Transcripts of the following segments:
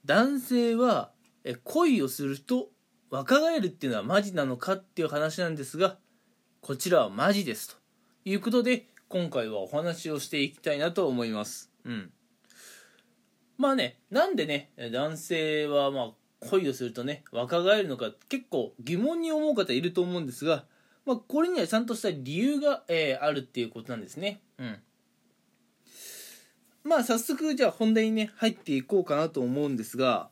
男性は恋をすると若返るっていうのはマジなのかっていう話なんですが、こちらはマジですということで今回はお話をしていきたいなと思います。まあね、なんでね男性は恋をするとね若返るのか結構疑問に思う方いると思うんですが、これにはちゃんとした理由が、あるっていうことなんですね。早速じゃあ本題にね入っていこうかなと思うんですが、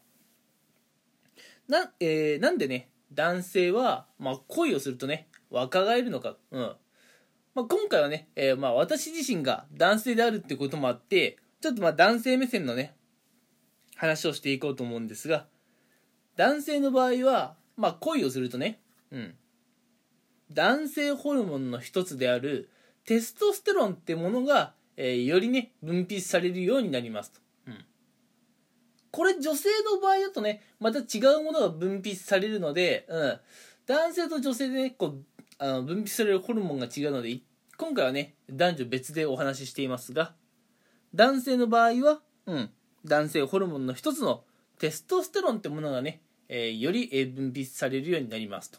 なんでね男性は、恋をするとね若返るのか、今回はね、私自身が男性であるってこともあってちょっと男性目線のね話をしていこうと思うんですが、男性の場合は、恋をするとね、男性ホルモンの一つであるテストステロンってものが、よりね分泌されるようになりますと。これ女性の場合だとねまた違うものが分泌されるので、男性と女性でね分泌されるホルモンが違うので今回はね男女別でお話ししていますが、男性の場合は、男性ホルモンの一つのテストステロンってものがね、より分泌されるようになりますと。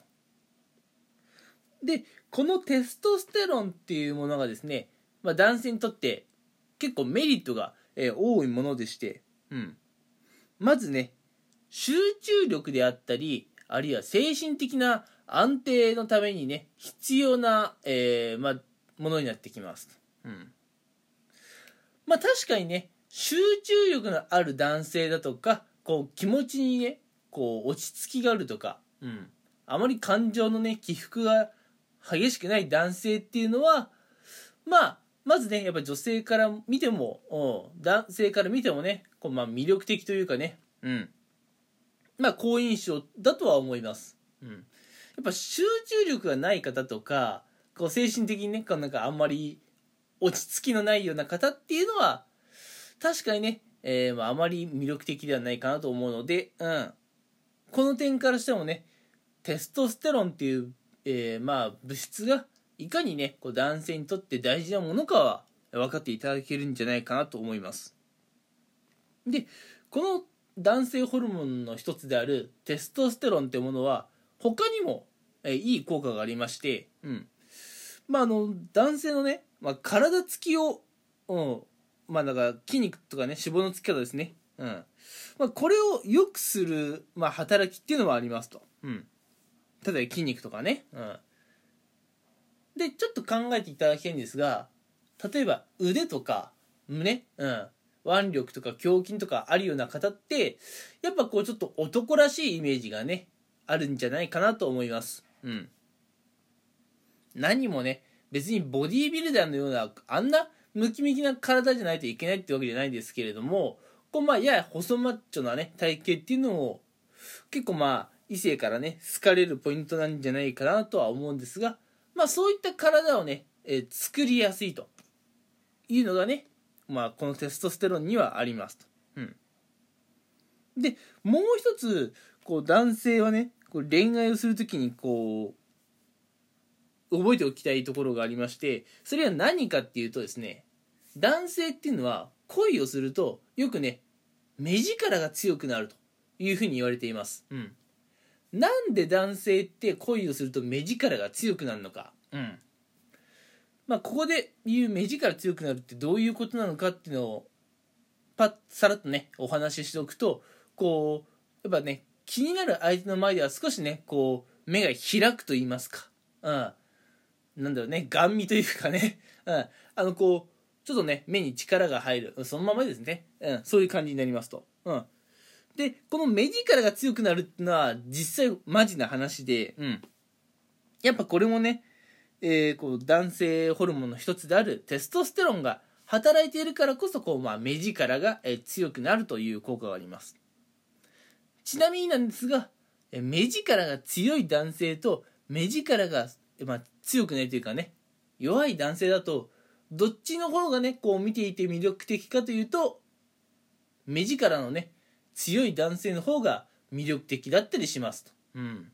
でこのテストステロンっていうものがですね、男性にとって結構メリットが、多いものでして、まずね集中力であったりあるいは精神的な安定のためにね必要な、ものになってきます。確かにね集中力のある男性だとか気持ちにね落ち着きがあるとか、あまり感情のね起伏が激しくない男性っていうのはまずねやっぱ女性から見ても男性から見てもね魅力的というかね、好印象だとは思います。やっぱ集中力がない方とか精神的にねあんまり落ち着きのないような方っていうのは確かにね、あまり魅力的ではないかなと思うので、この点からしてもねテストステロンっていう、物質がいかにね男性にとって大事なものかは分かっていただけるんじゃないかなと思います。でこの男性ホルモンの一つであるテストステロンってものは他にも、いい効果がありまして、男性のね、体つきを、筋肉とかね脂肪のつき方ですね、これを良くする、働きっていうのはありますと。例えば筋肉とかね、でちょっと考えていただきたいんですが、例えば腕とか胸、腕力とか胸筋とかあるような方ってやっぱちょっと男らしいイメージがねあるんじゃないかなと思います。何もね別にボディービルダーのようなあんなムキムキな体じゃないといけないってわけじゃないんですけれども、やや細マッチョなね体型っていうのを結構異性からね好かれるポイントなんじゃないかなとは思うんですが、そういった体をね、作りやすいというのがねこのテストステロンにはありますと。でもう一つ男性はね恋愛をするときに覚えておきたいところがありまして、それは何かっていうとですね、男性っていうのは恋をするとよくね目力が強くなるというふうに言われています。なんで男性って恋をすると目力が強くなるのか、ここで言う目力強くなるってどういうことなのかっていうのをさらっとねお話ししておくと、やっぱね気になる相手の前では少しね目が開くと言いますか、なんだろうね、ガン見というかね、ちょっとね目に力が入る、そのままですね、そういう感じになりますと。でこの目力が強くなるっていうのは実際マジな話で、やっぱこれもね、男性ホルモンの一つであるテストステロンが働いているからこそ目力が強くなるという効果があります。ちなみになんですが、目力が強い男性と目力が、強くないというかね弱い男性だとどっちの方がね見ていて魅力的かというと、目力のね強い男性の方が魅力的だったりしますと。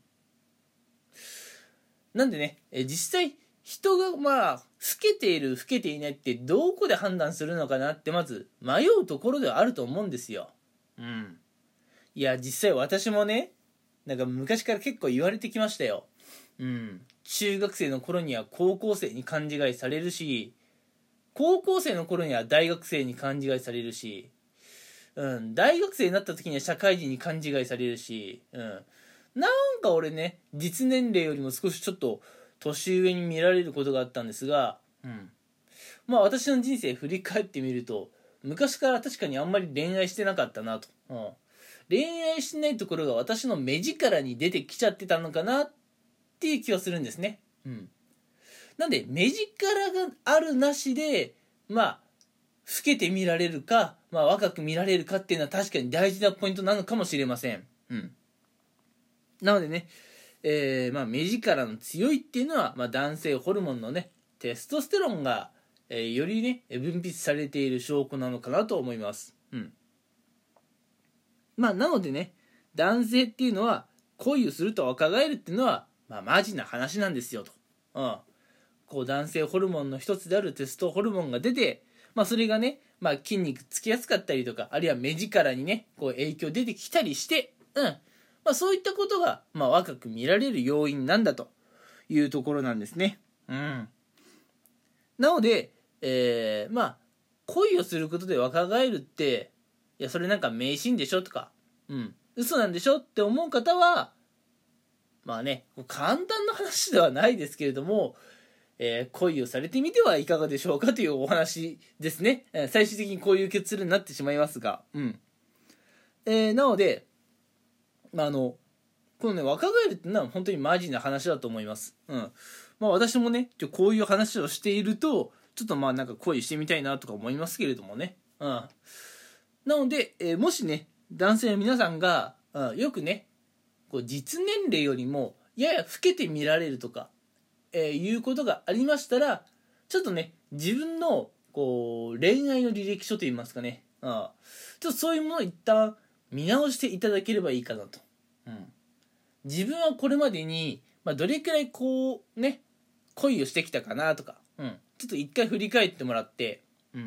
なんでね実際人が老けている老けていないってどこで判断するのかなってまず迷うところではあると思うんですよ。 いや実際私もね、なんか昔から結構言われてきましたよ。中学生の頃には高校生に勘違いされるし、高校生の頃には大学生に勘違いされるし、大学生になった時には社会人に勘違いされるし、なんか俺ね、実年齢よりも少しちょっと年上に見られることがあったんですが、まあ私の人生振り返ってみると、昔から確かにあんまり恋愛してなかったなと、恋愛してないところが私の目力に出てきちゃってたのかなっていう気はするんですね。なんで目力があるなしで、まあ老けて見られるか、まあ若く見られるかっていうのは確かに大事なポイントなのかもしれません。なのでね、まあ目力の強いっていうのは、まあ、男性ホルモンのねテストステロンが、よりね分泌されている証拠なのかなと思います。まあなのでね、男性っていうのは恋をすると若返るっていうのは、まあマジな話なんですよと。こう男性ホルモンの一つであるテストホルモンが出て、まあそれがね、まあ筋肉つきやすかったりとか、あるいは目力にねこう影響出てきたりして、まあそういったことが、まあ、若く見られる要因なんだというところなんですね。なので、まあ恋をすることで若返るって、いやそれなんか迷信でしょとか、嘘なんでしょって思う方は、まあね簡単な話ではないですけれども、恋をされてみてはいかがでしょうかというお話ですね。最終的にこういう結論になってしまいますが、なので、まあこのね若返るってのは本当にマジな話だと思います。まあ私もねこういう話をしているとちょっとまあなんか恋してみたいなとか思いますけれどもね。なので、もしね男性の皆さんが、よくねこう実年齢よりもやや老けて見られるとか、いうことがありましたら、ちょっとね自分のこう恋愛の履歴書といいますかね、ちょっとそういうものを一旦見直していただければいいかなと。自分はこれまでに、どれくらいこうね恋をしてきたかなとか、ちょっと一回振り返ってもらって、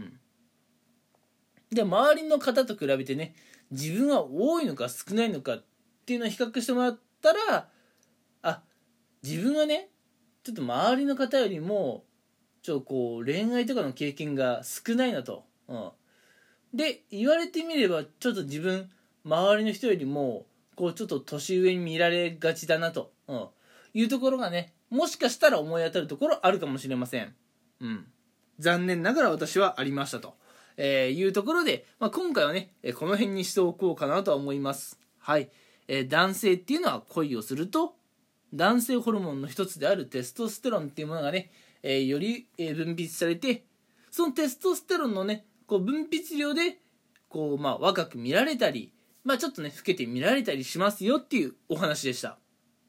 で周りの方と比べてね自分は多いのか少ないのかっていうのを比較してもらったら、自分はねちょっと周りの方よりもこう恋愛とかの経験が少ないなと、で言われてみればちょっと自分周りの人よりもこうちょっと年上に見られがちだなと、いうところがねもしかしたら思い当たるところあるかもしれません。残念ながら私はありましたと、いうところで、今回はねこの辺にしておこうかなとは思います。男性っていうのは恋をすると男性ホルモンの一つであるテストステロンっていうものがね、より分泌されて、そのテストステロンのねこう分泌量でこう若く見られたり、ちょっとね老けて見られたりしますよっていうお話でした。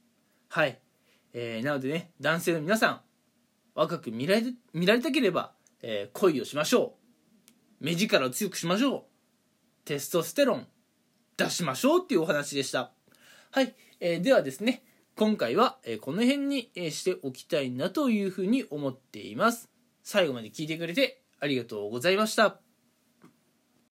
なのでね男性の皆さん若く見られたければ、恋をしましょう。目力を強くしましょう。テストステロン出しましょうっていうお話でした。ではですね今回はこの辺にしておきたいなというふうに思っています。最後まで聞いてくれてありがとうございました。